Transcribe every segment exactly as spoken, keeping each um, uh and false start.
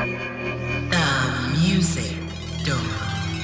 The Music Dome.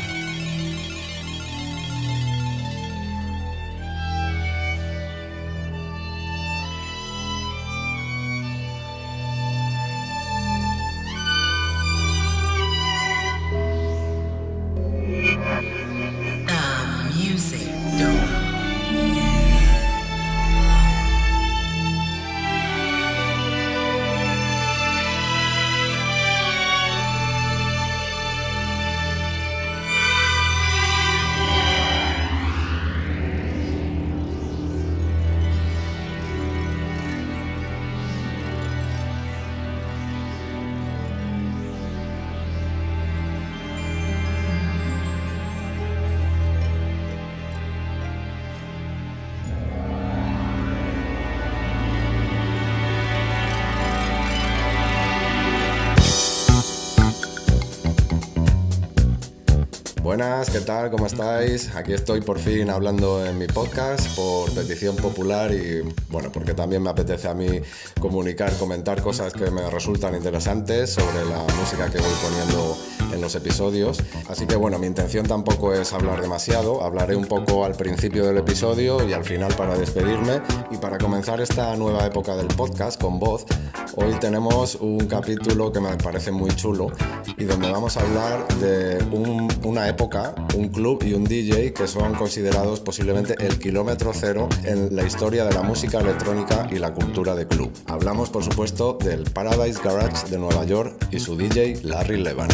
Buenas, ¿qué tal? ¿Cómo estáis? Aquí estoy por fin hablando en mi podcast por petición popular y bueno, porque también me apetece a mí comunicar, comentar cosas que me resultan interesantes sobre la música que voy poniendo en los episodios. Así que bueno, mi intención tampoco es hablar demasiado, hablaré un poco al principio del episodio y al final para despedirme. Y para comenzar esta nueva época del podcast con voz, hoy tenemos un capítulo que me parece muy chulo y donde vamos a hablar de un, una época, un club y un D J que son considerados posiblemente el kilómetro cero en la historia de la música electrónica y la cultura de club. Hablamos, por supuesto, del Paradise Garage de Nueva York y su D J Larry Levan.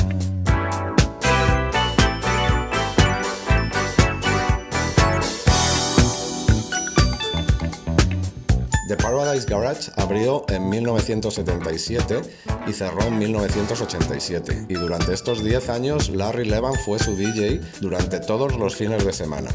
The Paradise Garage abrió en mil novecientos setenta y siete y cerró en mil novecientos ochenta y siete, y durante estos diez años Larry Levan fue su D J durante todos los fines de semana.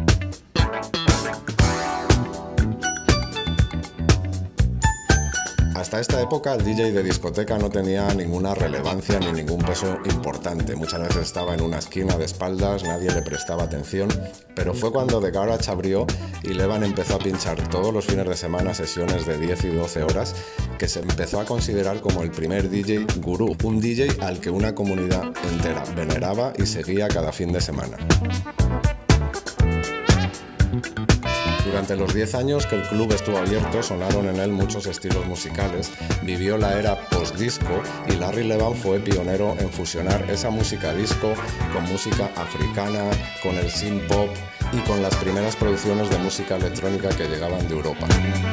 Hasta esta época el D J de discoteca no tenía ninguna relevancia ni ningún peso importante. Muchas veces estaba en una esquina de espaldas, nadie le prestaba atención, pero fue cuando The Garage abrió y Levan empezó a pinchar todos los fines de semana sesiones de diez y doce horas que se empezó a considerar como el primer D J gurú, un D J al que una comunidad entera veneraba y seguía cada fin de semana. Durante los diez años que el club estuvo abierto, sonaron en él muchos estilos musicales, vivió la era post-disco y Larry Levan fue pionero en fusionar esa música disco con música africana, con el synth pop y con las primeras producciones de música electrónica que llegaban de Europa.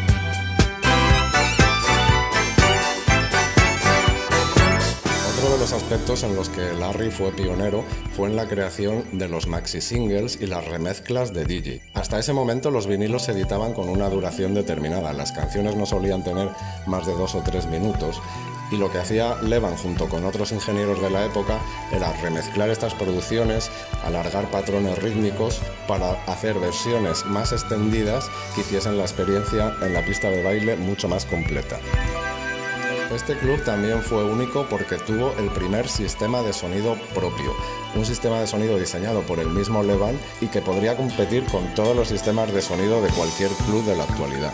Otro de los aspectos en los que Larry fue pionero fue en la creación de los maxi singles y las remezclas de D J. Hasta ese momento los vinilos se editaban con una duración determinada, las canciones no solían tener más de dos o tres minutos y lo que hacía Levan junto con otros ingenieros de la época era remezclar estas producciones, alargar patrones rítmicos para hacer versiones más extendidas que hiciesen la experiencia en la pista de baile mucho más completa. Este club también fue único porque tuvo el primer sistema de sonido propio, un sistema de sonido diseñado por el mismo Levan y que podría competir con todos los sistemas de sonido de cualquier club de la actualidad.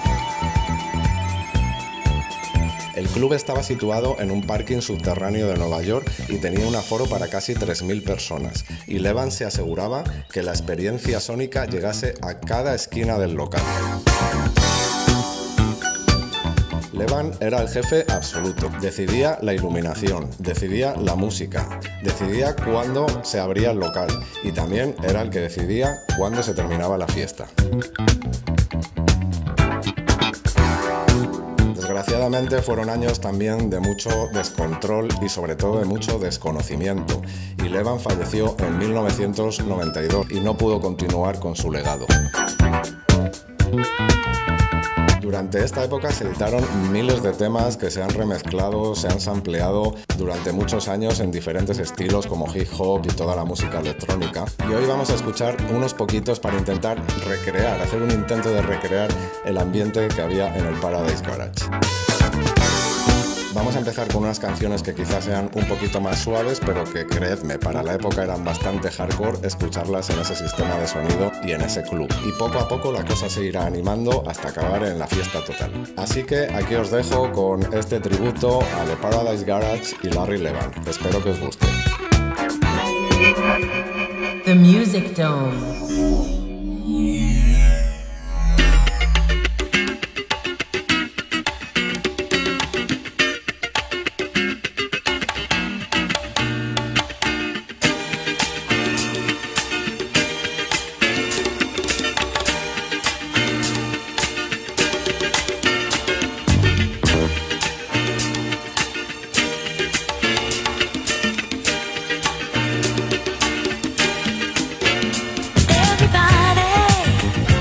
El club estaba situado en un parking subterráneo de Nueva York y tenía un aforo para casi tres mil personas, y Levan se aseguraba que la experiencia sónica llegase a cada esquina del local. Levan era el jefe absoluto, decidía la iluminación, decidía la música, decidía cuándo se abría el local y también era el que decidía cuándo se terminaba la fiesta. Desgraciadamente fueron años también de mucho descontrol y sobre todo de mucho desconocimiento, y Levan falleció en mil novecientos noventa y dos y no pudo continuar con su legado. Durante esta época se editaron miles de temas que se han remezclado, se han sampleado durante muchos años en diferentes estilos como hip hop y toda la música electrónica. Y hoy vamos a escuchar unos poquitos para intentar recrear, hacer un intento de recrear el ambiente que había en el Paradise Garage. Vamos a empezar con unas canciones que quizás sean un poquito más suaves, pero que, creedme, para la época eran bastante hardcore escucharlas en ese sistema de sonido y en ese club. Y poco a poco la cosa se irá animando hasta acabar en la fiesta total. Así que aquí os dejo con este tributo a The Paradise Garage y Larry Levan. Espero que os guste. The Music Dome. Everybody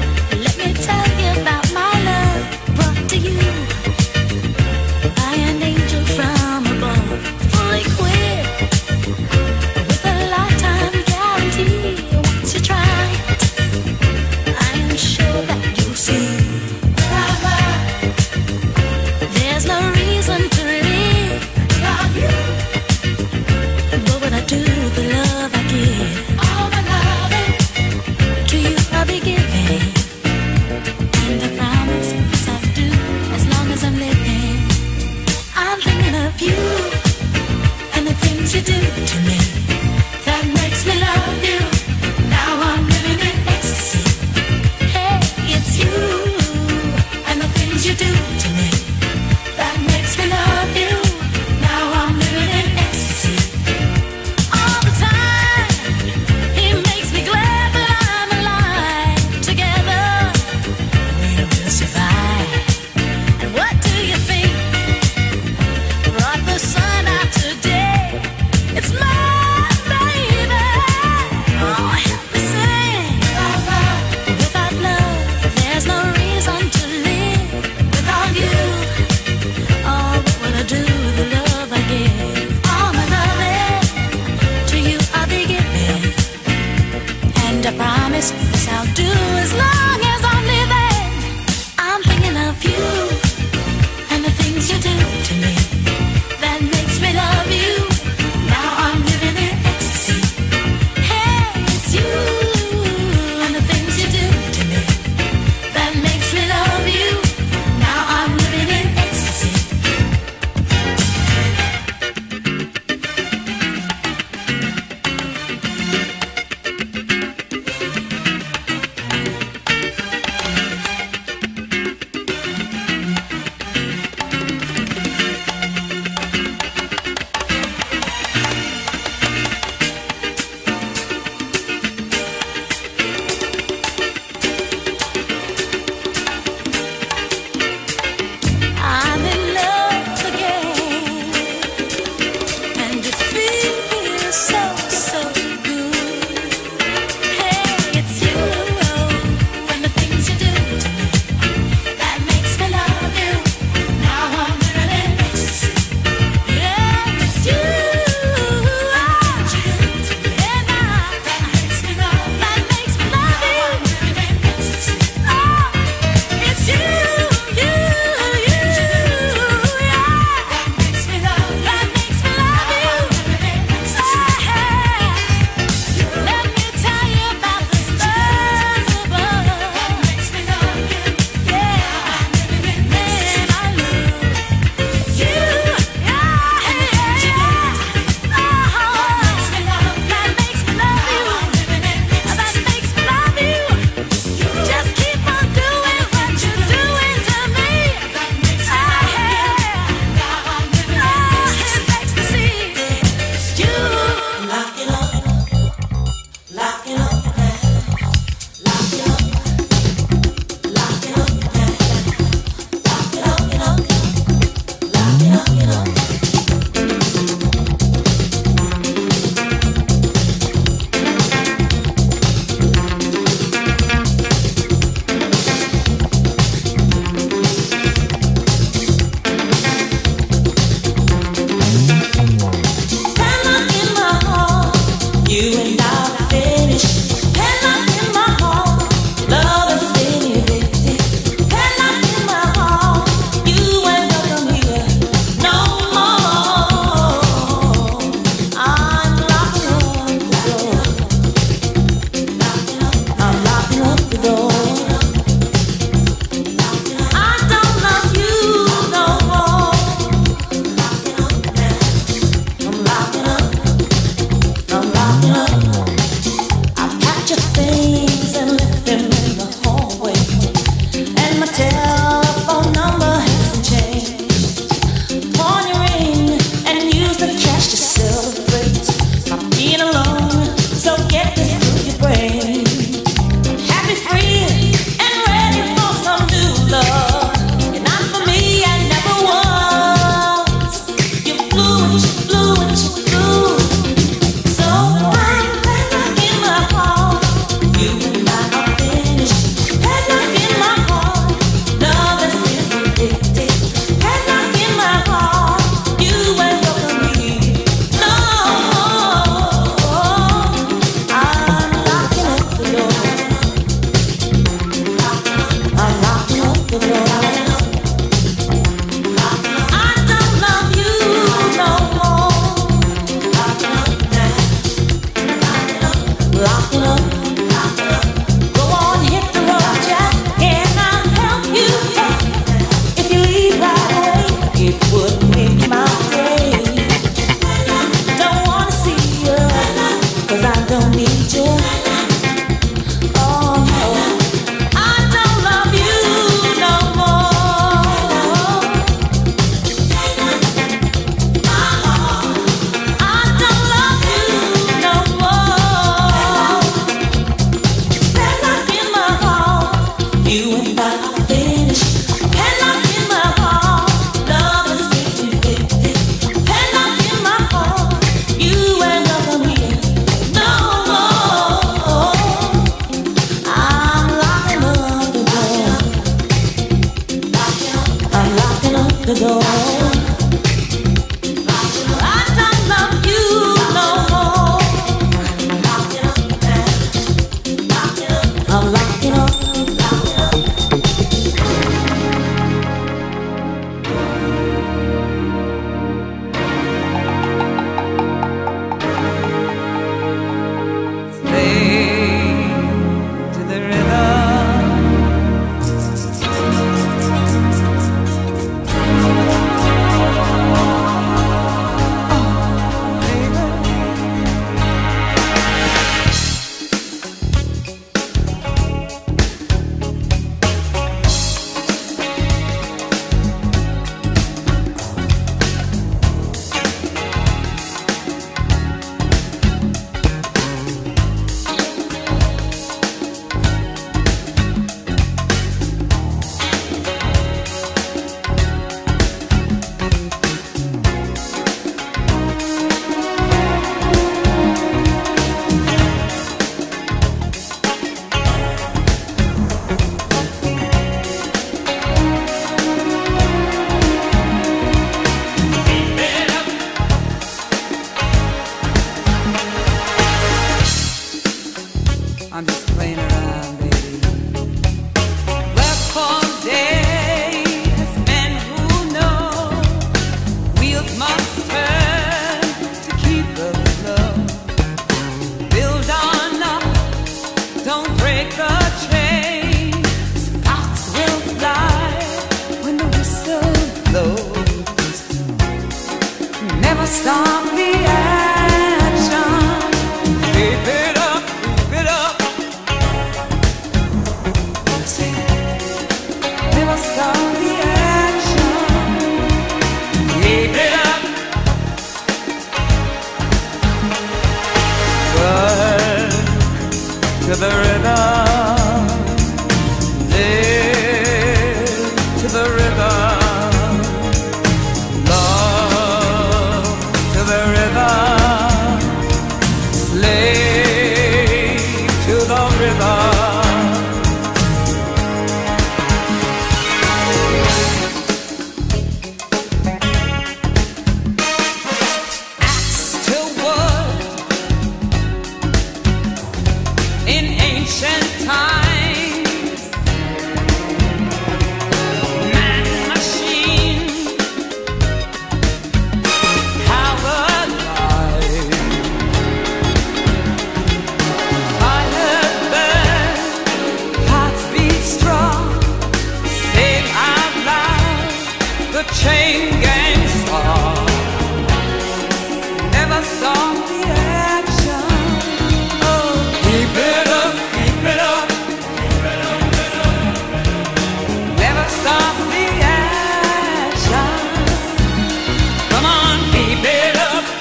Come on, keep it up.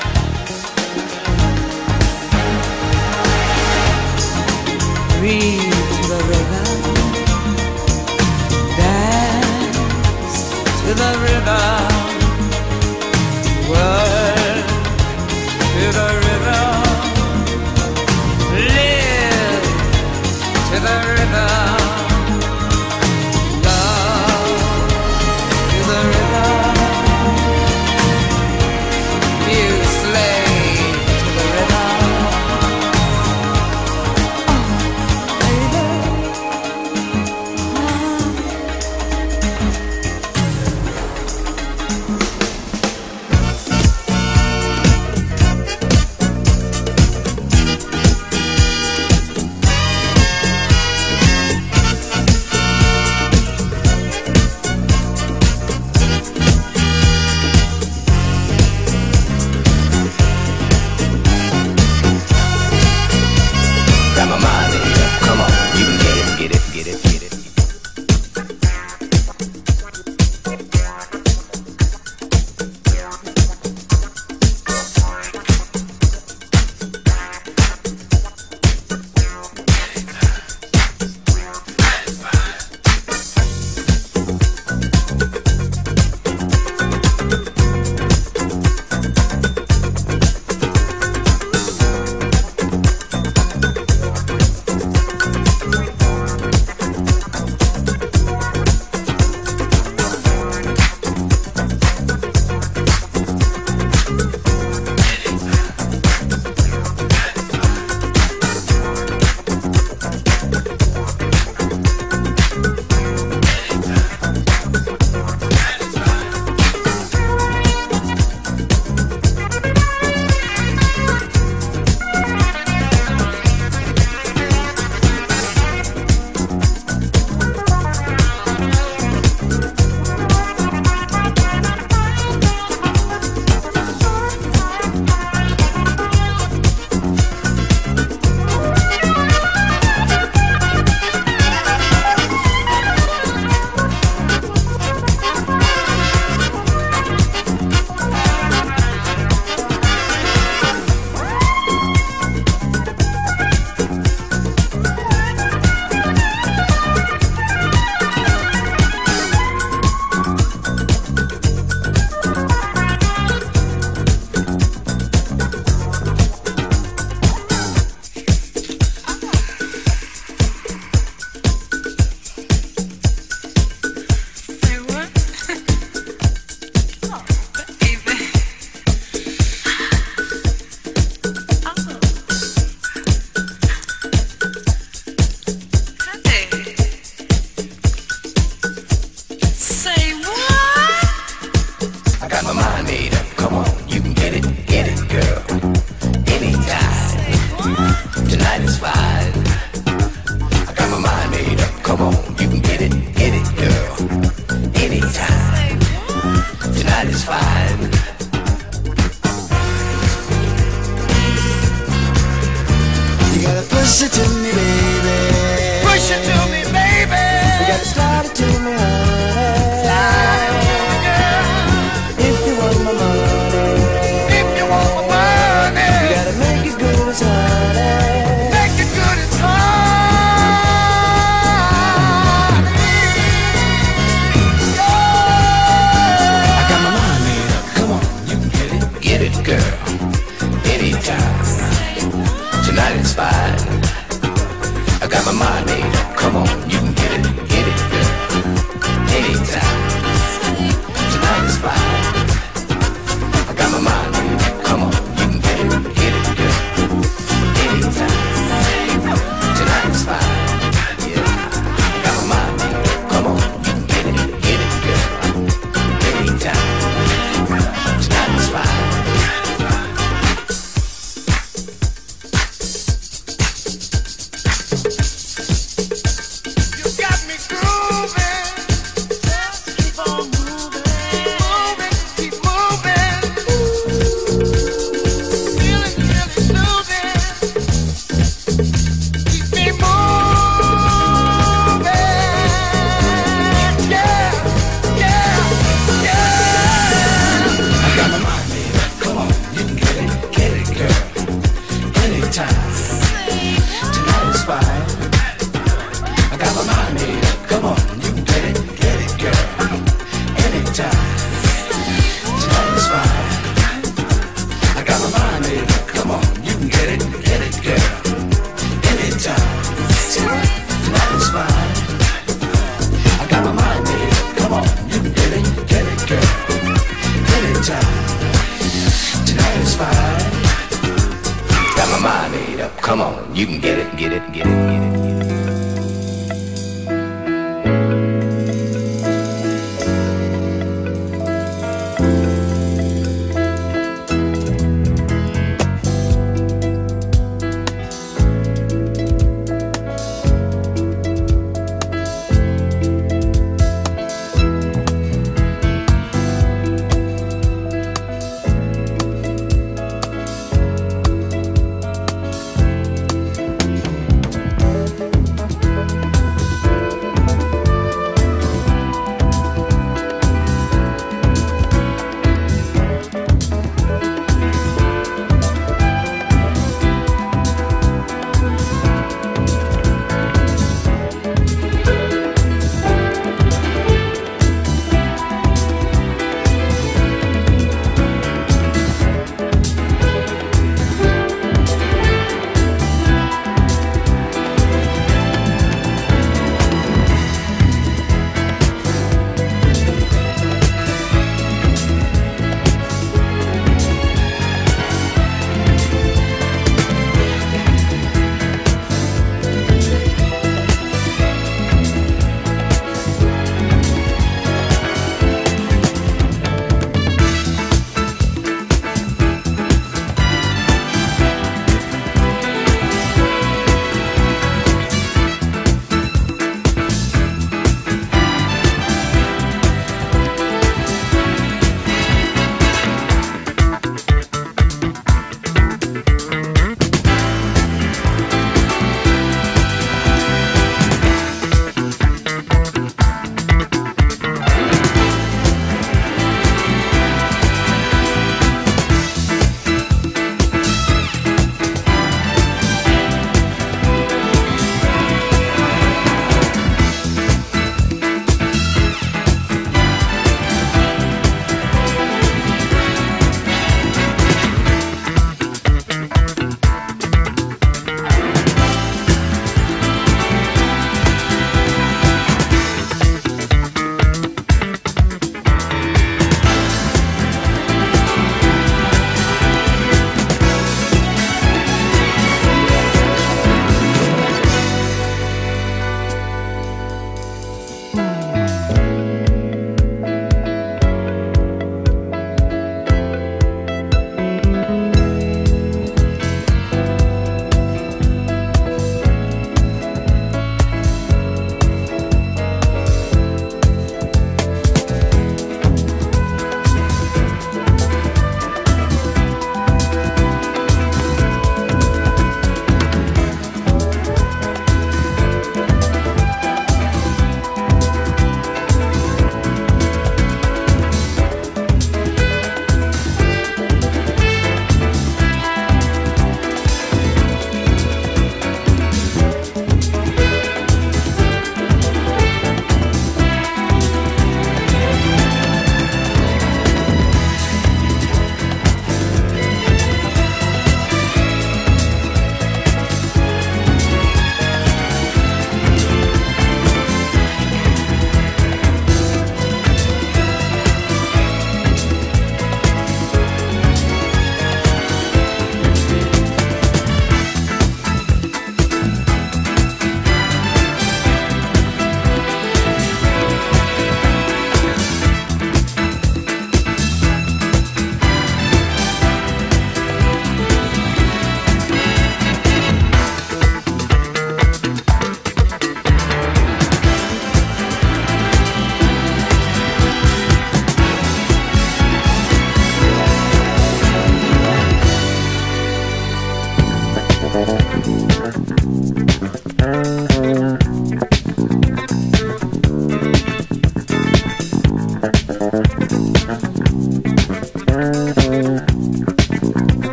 to the rhythm. Live to the rhythm. Love to the rhythm. You slave to the rhythm. Oh, baby. Got my mind made up, come on, you can get it, get it, get it, get it. Push it to me, baby. Push it to me, baby. You gotta slide it to me, honey. Slide it to me, girl. If you want my money, If you want my money, you gotta make it good as honey. make it good and hard. I got my mind made up, come on, you can get it, get it, girl. Anytime, tonight is fine. I got my mind made up, come on, you can get it, get it, girl. Come on, you can get it, get it, get it, get it.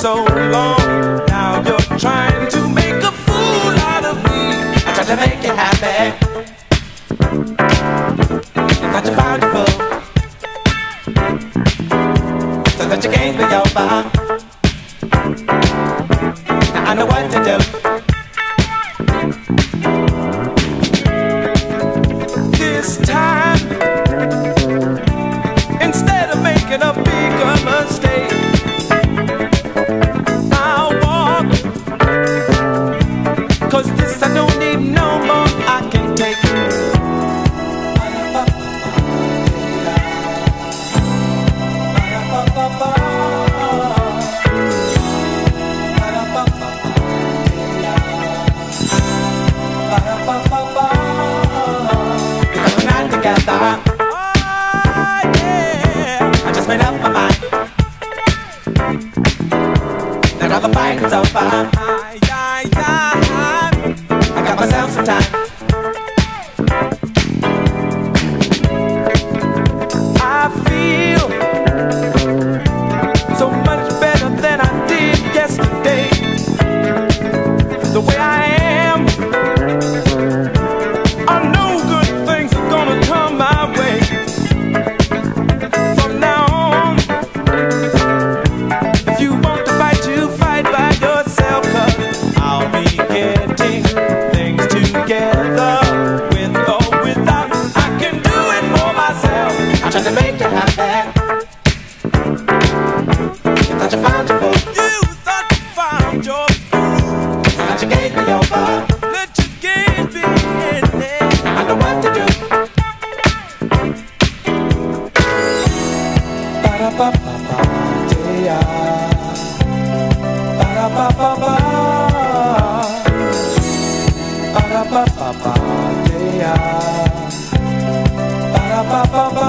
so long. Now you're trying to make a fool out of me. I tried to make you happy, got you found your fool, so that you can't be over. Now I know what to do. This time, instead of making a bigger mistake, I'll walk, 'cause this I don't need no more, I can take. We're not together. Oh, yeah. I just made up my mind that all the fighting's over. I got myself some time. I feel so much better than I did yesterday. The way I am, I know good things are gonna come my way. From now on, if you want to fight, you fight by yourself, 'cause I'll be getting things together. With or without, I can do it for myself. I try to make you happy. You thought you found your fool. You thought you found your fool. So that you gave me over. Let you give me in there. I know what to do. Ba-da-ba-ba-ba, yeah. Ba-da-ba-ba-ba. Ba-da-ba-ba-ba, yeah. Ba-da-ba-ba-ba.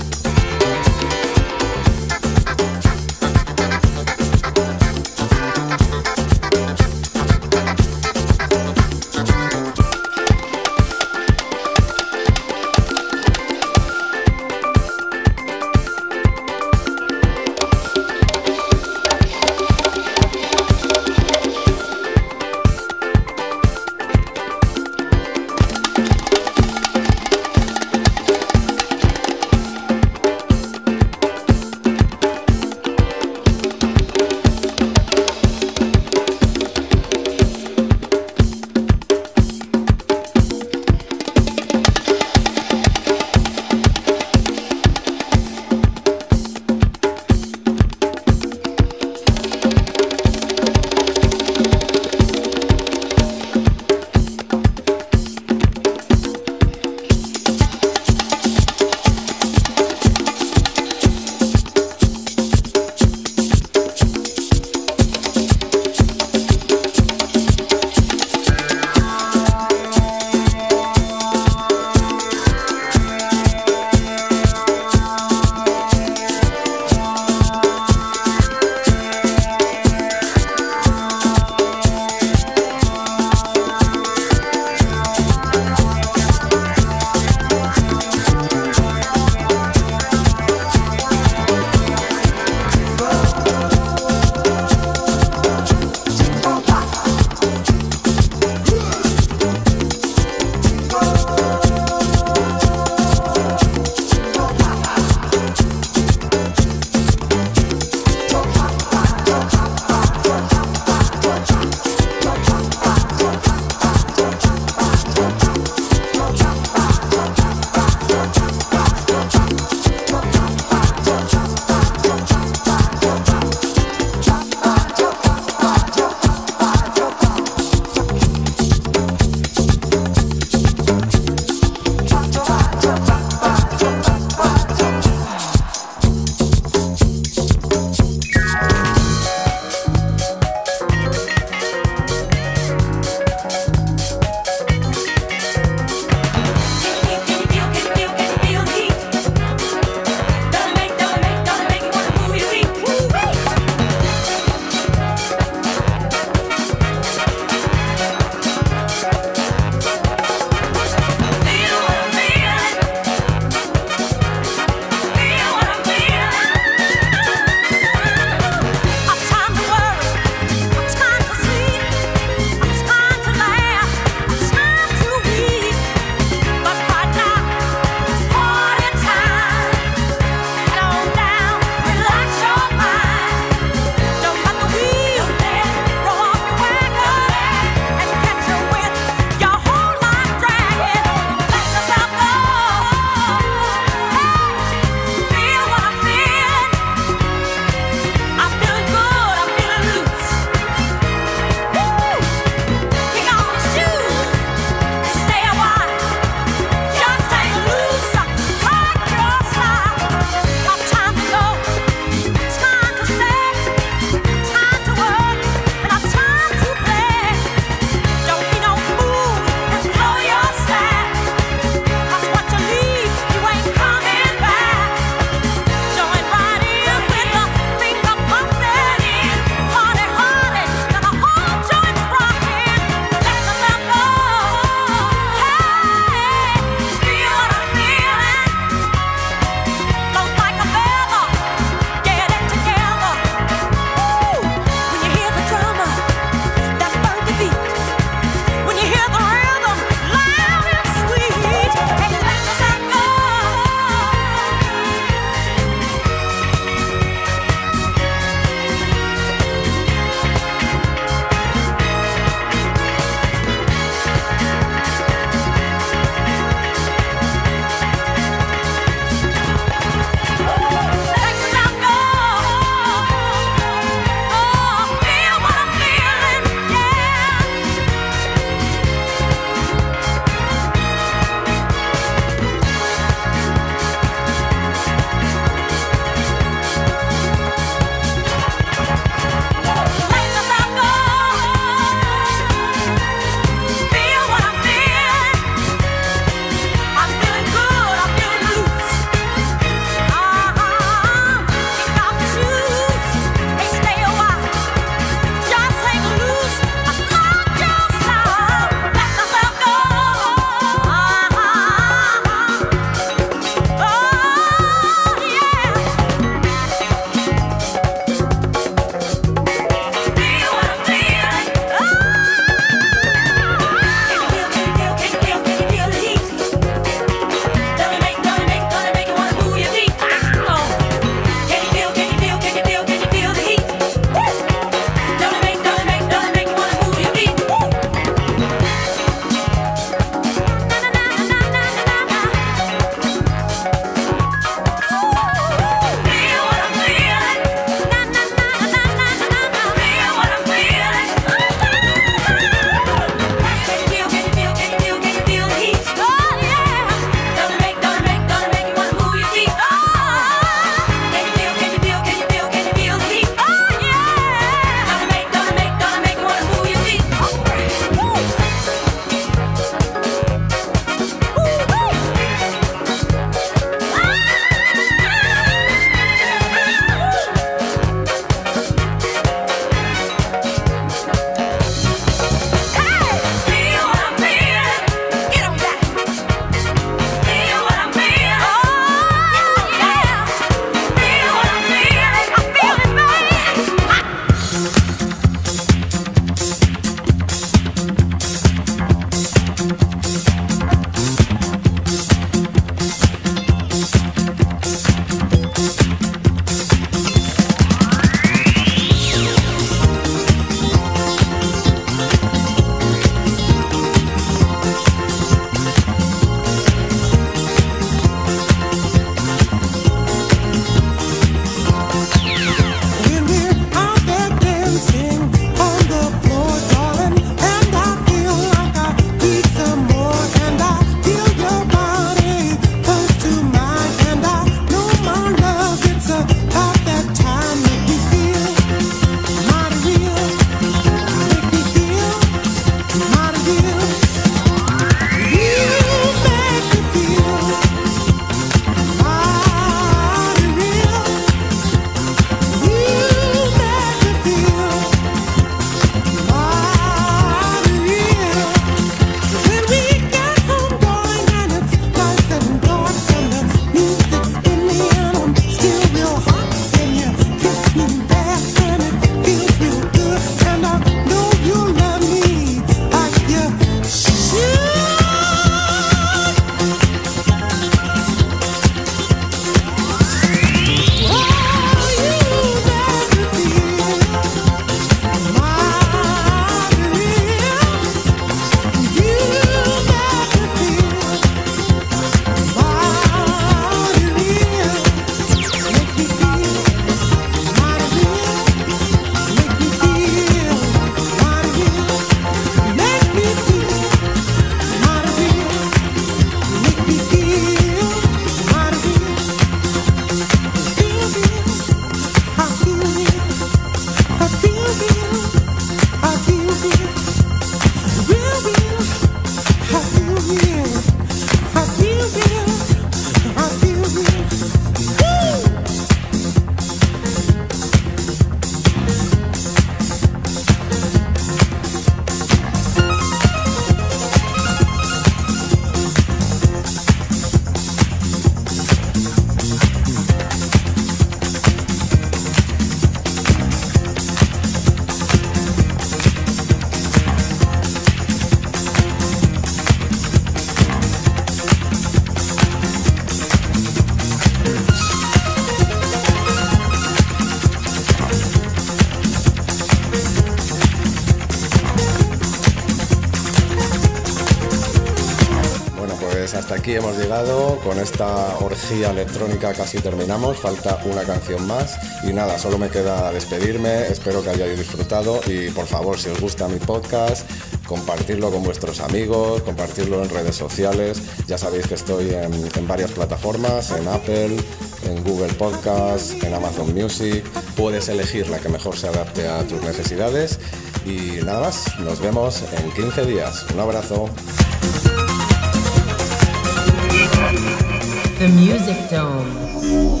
hasta aquí hemos llegado. Con esta orgía electrónica casi terminamos. Falta una canción más. Y nada, solo me queda despedirme. Espero que hayáis disfrutado. Y por favor, si os gusta mi podcast, compartirlo con vuestros amigos, compartirlo en redes sociales. Ya sabéis que estoy en, en varias plataformas, en Apple, en Google Podcast, en Amazon Music. Puedes elegir la que mejor se adapte a tus necesidades. Y nada más, nos vemos en quince días. Un abrazo. The Music Dome.